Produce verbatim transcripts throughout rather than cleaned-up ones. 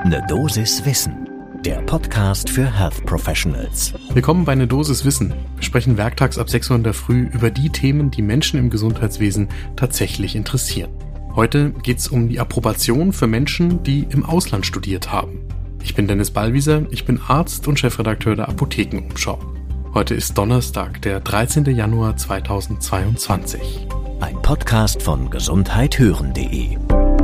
Ne Dosis Wissen, der Podcast für Health Professionals. Willkommen bei Ne Dosis Wissen. Wir sprechen werktags ab sechs Uhr in der Früh über die Themen, die Menschen im Gesundheitswesen tatsächlich interessieren. Heute geht es um die Approbation für Menschen, die im Ausland studiert haben. Ich bin Dennis Ballwieser, ich bin Arzt und Chefredakteur der Apothekenumschau. Heute ist Donnerstag, der dreizehnten Januar zweitausendzweiundzwanzig. Ein Podcast von gesundheit hören punkt de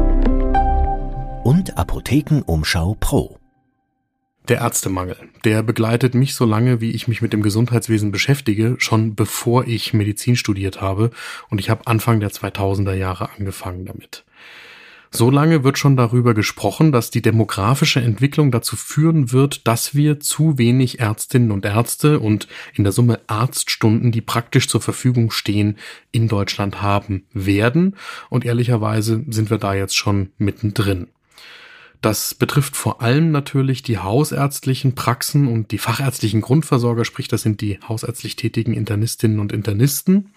und Apothekenumschau Pro. Der Ärztemangel, der begleitet mich so lange, wie ich mich mit dem Gesundheitswesen beschäftige, schon bevor ich Medizin studiert habe, und ich habe Anfang der zweitausender Jahre angefangen damit. So lange wird schon darüber gesprochen, dass die demografische Entwicklung dazu führen wird, dass wir zu wenig Ärztinnen und Ärzte und in der Summe Arztstunden, die praktisch zur Verfügung stehen, in Deutschland haben werden. Und ehrlicherweise sind wir da jetzt schon mittendrin. Das betrifft vor allem natürlich die hausärztlichen Praxen und die fachärztlichen Grundversorger, sprich das sind die hausärztlich tätigen Internistinnen und Internisten.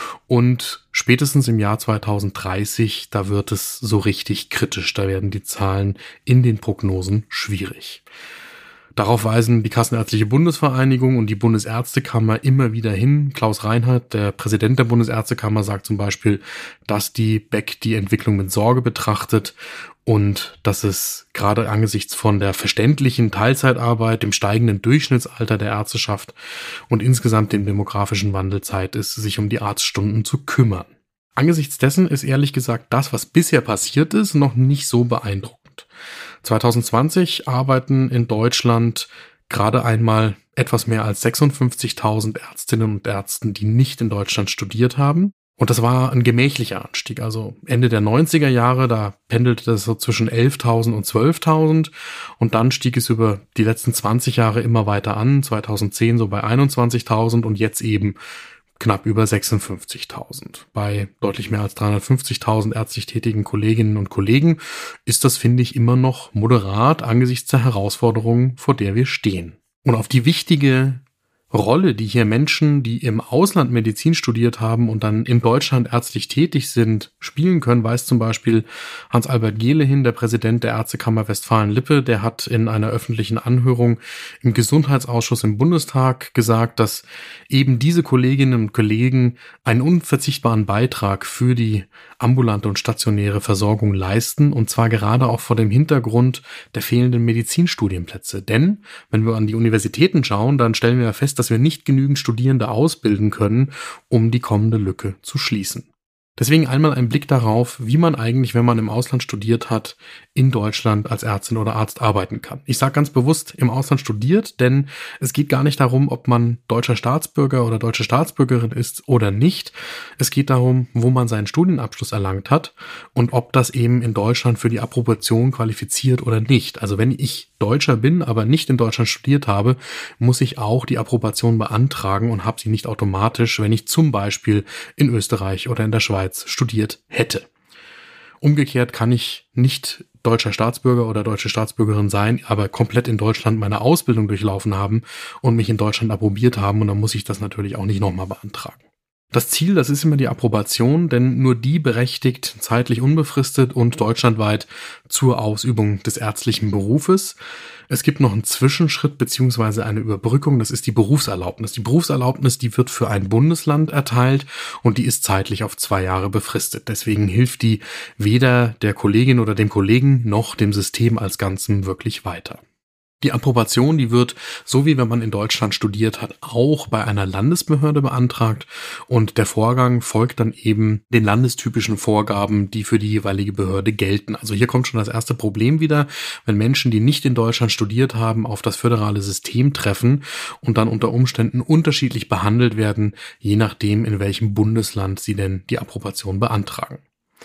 Und spätestens im Jahr zweitausenddreißig, da wird es so richtig kritisch, da werden die Zahlen in den Prognosen schwierig. Darauf weisen die Kassenärztliche Bundesvereinigung und die Bundesärztekammer immer wieder hin. Klaus Reinhardt, der Präsident der Bundesärztekammer, sagt zum Beispiel, dass die B E C die Entwicklung mit Sorge betrachtet und dass es gerade angesichts von der verständlichen Teilzeitarbeit, dem steigenden Durchschnittsalter der Ärzteschaft und insgesamt dem demografischen Wandel Zeit ist, sich um die Arztstunden zu kümmern. Angesichts dessen ist ehrlich gesagt das, was bisher passiert ist, noch nicht so beeindruckend. zweitausendzwanzig arbeiten in Deutschland gerade einmal etwas mehr als sechsundfünfzigtausend Ärztinnen und Ärzten, die nicht in Deutschland studiert haben. Und das war ein gemächlicher Anstieg. Also Ende der neunziger Jahre, da pendelte das so zwischen elftausend und zwölftausend. Und dann stieg es über die letzten zwanzig Jahre immer weiter an. zweitausendzehn so bei einundzwanzigtausend und jetzt eben knapp über sechsundfünfzigtausend. Bei deutlich mehr als dreihundertfünfzigtausend ärztlich tätigen Kolleginnen und Kollegen ist das, finde ich, immer noch moderat angesichts der Herausforderungen, vor der wir stehen. Und auf die wichtige Rolle, die hier Menschen, die im Ausland Medizin studiert haben und dann in Deutschland ärztlich tätig sind, spielen können, weist zum Beispiel Hans-Albert Gehle hin, der Präsident der Ärztekammer Westfalen-Lippe. Der hat in einer öffentlichen Anhörung im Gesundheitsausschuss im Bundestag gesagt, dass eben diese Kolleginnen und Kollegen einen unverzichtbaren Beitrag für die ambulante und stationäre Versorgung leisten, und zwar gerade auch vor dem Hintergrund der fehlenden Medizinstudienplätze. Denn wenn wir an die Universitäten schauen, dann stellen wir fest, dass wir nicht genügend Studierende ausbilden können, um die kommende Lücke zu schließen. Deswegen einmal ein Blick darauf, wie man eigentlich, wenn man im Ausland studiert hat, in Deutschland als Ärztin oder Arzt arbeiten kann. Ich sage ganz bewusst im Ausland studiert, denn es geht gar nicht darum, ob man deutscher Staatsbürger oder deutsche Staatsbürgerin ist oder nicht. Es geht darum, wo man seinen Studienabschluss erlangt hat und ob das eben in Deutschland für die Approbation qualifiziert oder nicht. Also wenn ich Deutscher bin, aber nicht in Deutschland studiert habe, muss ich auch die Approbation beantragen und habe sie nicht automatisch, wenn ich zum Beispiel in Österreich oder in der Schweiz studiert hätte. Umgekehrt kann ich nicht deutscher Staatsbürger oder deutsche Staatsbürgerin sein, aber komplett in Deutschland meine Ausbildung durchlaufen haben und mich in Deutschland approbiert haben, und dann muss ich das natürlich auch nicht nochmal beantragen. Das Ziel, das ist immer die Approbation, denn nur die berechtigt zeitlich unbefristet und deutschlandweit zur Ausübung des ärztlichen Berufes. Es gibt noch einen Zwischenschritt bzw. eine Überbrückung, das ist die Berufserlaubnis. Die Berufserlaubnis, die wird für ein Bundesland erteilt und die ist zeitlich auf zwei Jahre befristet. Deswegen hilft die weder der Kollegin oder dem Kollegen noch dem System als Ganzem wirklich weiter. Die Approbation, die wird, so wie wenn man in Deutschland studiert hat, auch bei einer Landesbehörde beantragt, und der Vorgang folgt dann eben den landestypischen Vorgaben, die für die jeweilige Behörde gelten. Also hier kommt schon das erste Problem wieder, wenn Menschen, die nicht in Deutschland studiert haben, auf das föderale System treffen und dann unter Umständen unterschiedlich behandelt werden, je nachdem, in welchem Bundesland sie denn die Approbation beantragen.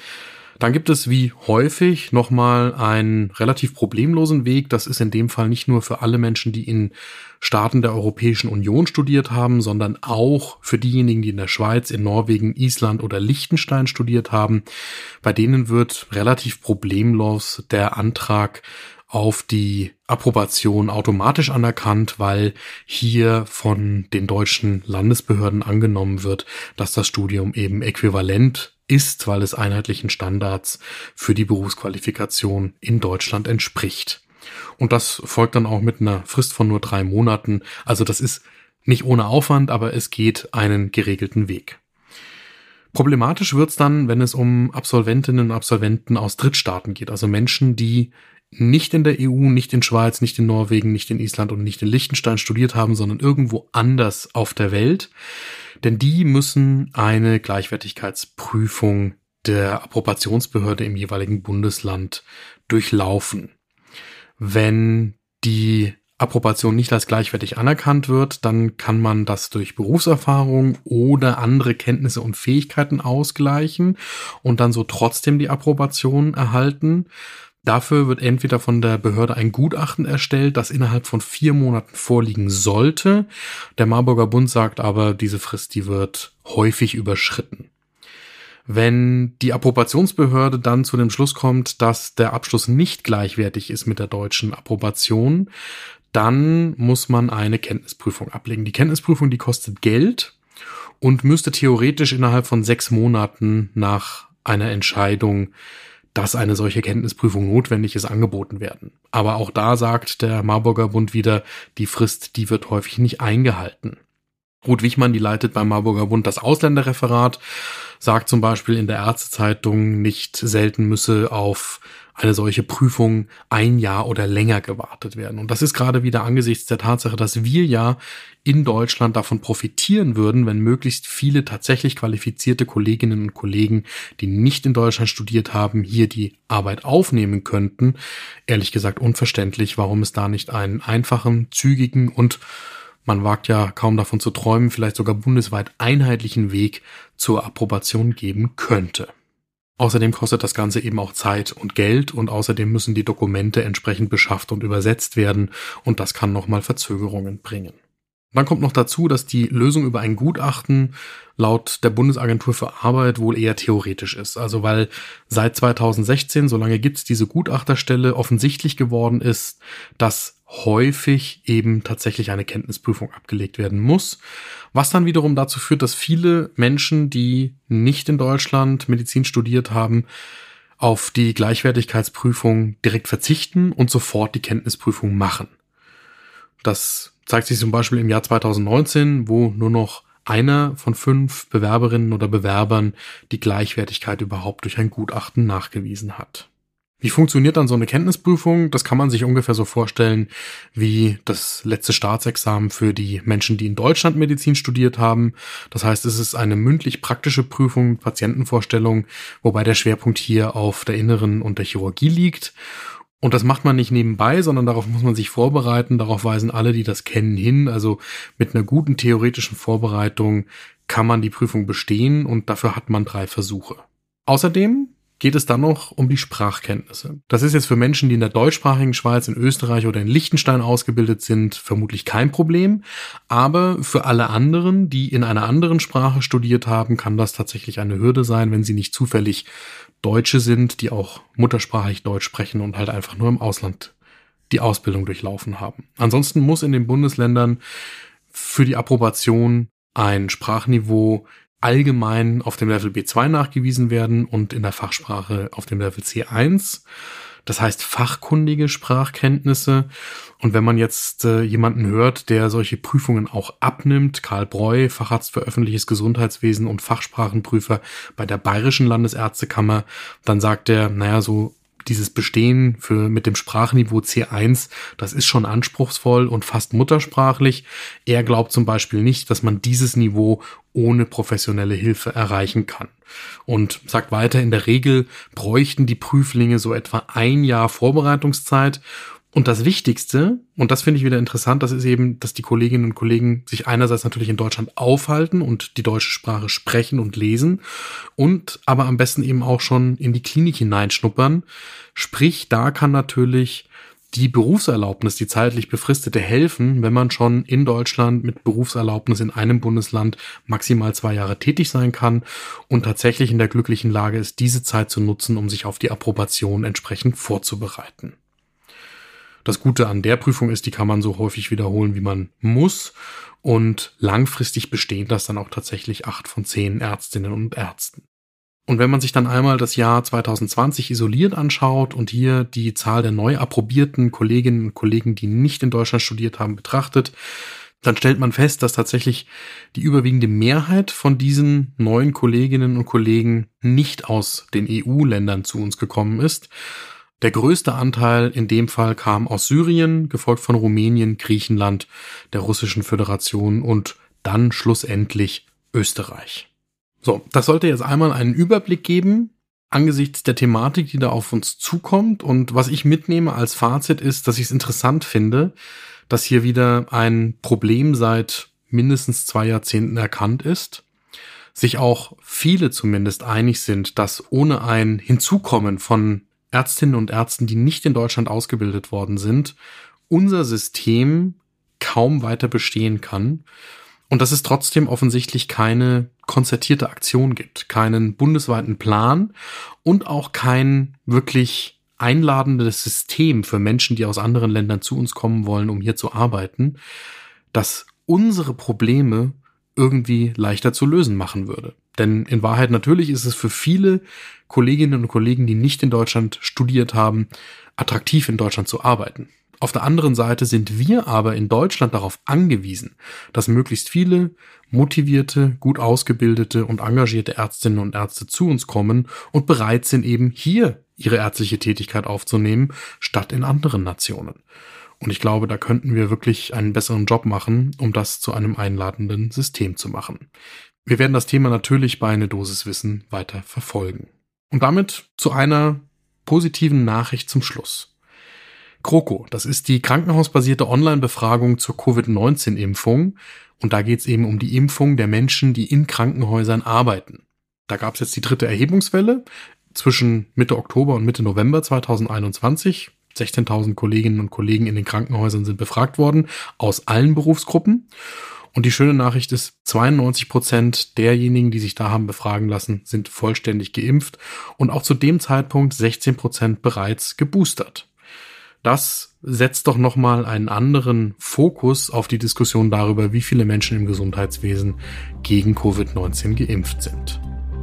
Dann gibt es wie häufig nochmal einen relativ problemlosen Weg. Das ist in dem Fall nicht nur für alle Menschen, die in Staaten der Europäischen Union studiert haben, sondern auch für diejenigen, die in der Schweiz, in Norwegen, Island oder Liechtenstein studiert haben. Bei denen wird relativ problemlos der Antrag auf die Approbation automatisch anerkannt, weil hier von den deutschen Landesbehörden angenommen wird, dass das Studium eben äquivalent ist, weil es einheitlichen Standards für die Berufsqualifikation in Deutschland entspricht. Und das folgt dann auch mit einer Frist von nur drei Monaten. Also das ist nicht ohne Aufwand, aber es geht einen geregelten Weg. Problematisch wird's dann, wenn es um Absolventinnen und Absolventen aus Drittstaaten geht, also Menschen, die nicht in der E U, nicht in Schweiz, nicht in Norwegen, nicht in Island und nicht in Liechtenstein studiert haben, sondern irgendwo anders auf der Welt. Denn die müssen eine Gleichwertigkeitsprüfung der Approbationsbehörde im jeweiligen Bundesland durchlaufen. Wenn die Approbation nicht als gleichwertig anerkannt wird, dann kann man das durch Berufserfahrung oder andere Kenntnisse und Fähigkeiten ausgleichen und dann so trotzdem die Approbation erhalten. Dafür wird entweder von der Behörde ein Gutachten erstellt, das innerhalb von vier Monaten vorliegen sollte. Der Marburger Bund sagt aber, diese Frist, die wird häufig überschritten. Wenn die Approbationsbehörde dann zu dem Schluss kommt, dass der Abschluss nicht gleichwertig ist mit der deutschen Approbation, dann muss man eine Kenntnisprüfung ablegen. Die Kenntnisprüfung, die kostet Geld und müsste theoretisch innerhalb von sechs Monaten nach einer Entscheidung, dass eine solche Kenntnisprüfung notwendig ist, angeboten werden. Aber auch da sagt der Marburger Bund wieder, die Frist, die wird häufig nicht eingehalten. Ruth Wichmann, die leitet beim Marburger Bund das Ausländerreferat, sagt zum Beispiel in der Ärztezeitung, nicht selten müsse auf eine solche Prüfung ein Jahr oder länger gewartet werden. Und das ist gerade wieder angesichts der Tatsache, dass wir ja in Deutschland davon profitieren würden, wenn möglichst viele tatsächlich qualifizierte Kolleginnen und Kollegen, die nicht in Deutschland studiert haben, hier die Arbeit aufnehmen könnten. Ehrlich gesagt unverständlich, warum es da nicht einen einfachen, zügigen und man wagt ja kaum davon zu träumen, vielleicht sogar bundesweit einheitlichen Weg zur Approbation geben könnte. Außerdem kostet das Ganze eben auch Zeit und Geld und außerdem müssen die Dokumente entsprechend beschafft und übersetzt werden und das kann nochmal Verzögerungen bringen. Dann kommt noch dazu, dass die Lösung über ein Gutachten laut der Bundesagentur für Arbeit wohl eher theoretisch ist. Also weil seit zweitausendsechzehn, so lange gibt es diese Gutachterstelle, offensichtlich geworden ist, dass häufig eben tatsächlich eine Kenntnisprüfung abgelegt werden muss, was dann wiederum dazu führt, dass viele Menschen, die nicht in Deutschland Medizin studiert haben, auf die Gleichwertigkeitsprüfung direkt verzichten und sofort die Kenntnisprüfung machen. Das zeigt sich zum Beispiel im Jahr zweitausendneunzehn, wo nur noch einer von fünf Bewerberinnen oder Bewerbern die Gleichwertigkeit überhaupt durch ein Gutachten nachgewiesen hat. Wie funktioniert dann so eine Kenntnisprüfung? Das kann man sich ungefähr so vorstellen wie das letzte Staatsexamen für die Menschen, die in Deutschland Medizin studiert haben. Das heißt, es ist eine mündlich-praktische Prüfung mit Patientenvorstellung, wobei der Schwerpunkt hier auf der Inneren und der Chirurgie liegt. Und das macht man nicht nebenbei, sondern darauf muss man sich vorbereiten. Darauf weisen alle, die das kennen, hin. Also mit einer guten theoretischen Vorbereitung kann man die Prüfung bestehen und dafür hat man drei Versuche. Außerdem geht es dann noch um die Sprachkenntnisse. Das ist jetzt für Menschen, die in der deutschsprachigen Schweiz, in Österreich oder in Liechtenstein ausgebildet sind, vermutlich kein Problem. Aber für alle anderen, die in einer anderen Sprache studiert haben, kann das tatsächlich eine Hürde sein, wenn sie nicht zufällig Deutsche sind, die auch muttersprachlich Deutsch sprechen und halt einfach nur im Ausland die Ausbildung durchlaufen haben. Ansonsten muss in den Bundesländern für die Approbation ein Sprachniveau allgemein auf dem Level B zwei nachgewiesen werden und in der Fachsprache auf dem Level C eins. Das heißt fachkundige Sprachkenntnisse. Und wenn man jetzt äh, jemanden hört, der solche Prüfungen auch abnimmt, Karl Breu, Facharzt für öffentliches Gesundheitswesen und Fachsprachenprüfer bei der Bayerischen Landesärztekammer, dann sagt er, naja, so dieses Bestehen für mit dem Sprachniveau C eins, das ist schon anspruchsvoll und fast muttersprachlich. Er glaubt zum Beispiel nicht, dass man dieses Niveau ohne professionelle Hilfe erreichen kann. Und sagt weiter, in der Regel bräuchten die Prüflinge so etwa ein Jahr Vorbereitungszeit. Und das Wichtigste, und das finde ich wieder interessant, das ist eben, dass die Kolleginnen und Kollegen sich einerseits natürlich in Deutschland aufhalten und die deutsche Sprache sprechen und lesen und aber am besten eben auch schon in die Klinik hineinschnuppern. Sprich, da kann natürlich die Berufserlaubnis, die zeitlich befristete, helfen, wenn man schon in Deutschland mit Berufserlaubnis in einem Bundesland maximal zwei Jahre tätig sein kann und tatsächlich in der glücklichen Lage ist, diese Zeit zu nutzen, um sich auf die Approbation entsprechend vorzubereiten. Das Gute an der Prüfung ist, die kann man so häufig wiederholen, wie man muss. Und langfristig bestehen das dann auch tatsächlich acht von zehn Ärztinnen und Ärzten. Und wenn man sich dann einmal das Jahr zwanzig zwanzig isoliert anschaut und hier die Zahl der neu approbierten Kolleginnen und Kollegen, die nicht in Deutschland studiert haben, betrachtet, dann stellt man fest, dass tatsächlich die überwiegende Mehrheit von diesen neuen Kolleginnen und Kollegen nicht aus den E U-Ländern zu uns gekommen ist. Der größte Anteil in dem Fall kam aus Syrien, gefolgt von Rumänien, Griechenland, der Russischen Föderation und dann schlussendlich Österreich. So, das sollte jetzt einmal einen Überblick geben angesichts der Thematik, die da auf uns zukommt. Und was ich mitnehme als Fazit ist, dass ich es interessant finde, dass hier wieder ein Problem seit mindestens zwei Jahrzehnten erkannt ist, sich auch viele zumindest einig sind, dass ohne ein Hinzukommen von Ärztinnen und Ärzten, die nicht in Deutschland ausgebildet worden sind, unser System kaum weiter bestehen kann. Und dass es trotzdem offensichtlich keine konzertierte Aktion gibt, keinen bundesweiten Plan und auch kein wirklich einladendes System für Menschen, die aus anderen Ländern zu uns kommen wollen, um hier zu arbeiten, das unsere Probleme irgendwie leichter zu lösen machen würde. Denn in Wahrheit natürlich ist es für viele Kolleginnen und Kollegen, die nicht in Deutschland studiert haben, attraktiv in Deutschland zu arbeiten. Auf der anderen Seite sind wir aber in Deutschland darauf angewiesen, dass möglichst viele motivierte, gut ausgebildete und engagierte Ärztinnen und Ärzte zu uns kommen und bereit sind, eben hier ihre ärztliche Tätigkeit aufzunehmen, statt in anderen Nationen. Und ich glaube, da könnten wir wirklich einen besseren Job machen, um das zu einem einladenden System zu machen. Wir werden das Thema natürlich bei Eine Dosis Wissen weiter verfolgen. Und damit zu einer positiven Nachricht zum Schluss. GroKo, das ist die krankenhausbasierte Online-Befragung zur Covid neunzehn Impfung. Und da geht es eben um die Impfung der Menschen, die in Krankenhäusern arbeiten. Da gab es jetzt die dritte Erhebungswelle zwischen Mitte Oktober und Mitte November zweitausendeinundzwanzig. sechzehntausend Kolleginnen und Kollegen in den Krankenhäusern sind befragt worden, aus allen Berufsgruppen. Und die schöne Nachricht ist, zweiundneunzig Prozent derjenigen, die sich da haben befragen lassen, sind vollständig geimpft und auch zu dem Zeitpunkt sechzehn Prozent bereits geboostert. Das setzt doch nochmal einen anderen Fokus auf die Diskussion darüber, wie viele Menschen im Gesundheitswesen gegen Covid neunzehn geimpft sind.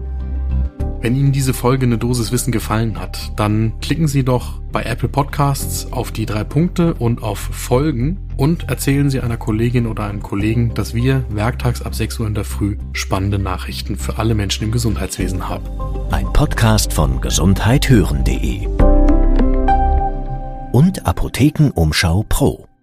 Wenn Ihnen diese Folge Eine Dosis Wissen gefallen hat, dann klicken Sie doch bei Apple Podcasts auf die drei Punkte und auf Folgen und erzählen Sie einer Kollegin oder einem Kollegen, dass wir werktags ab sechs Uhr in der Früh spannende Nachrichten für alle Menschen im Gesundheitswesen haben. Ein Podcast von gesundheit hören punkt de und Apothekenumschau Pro.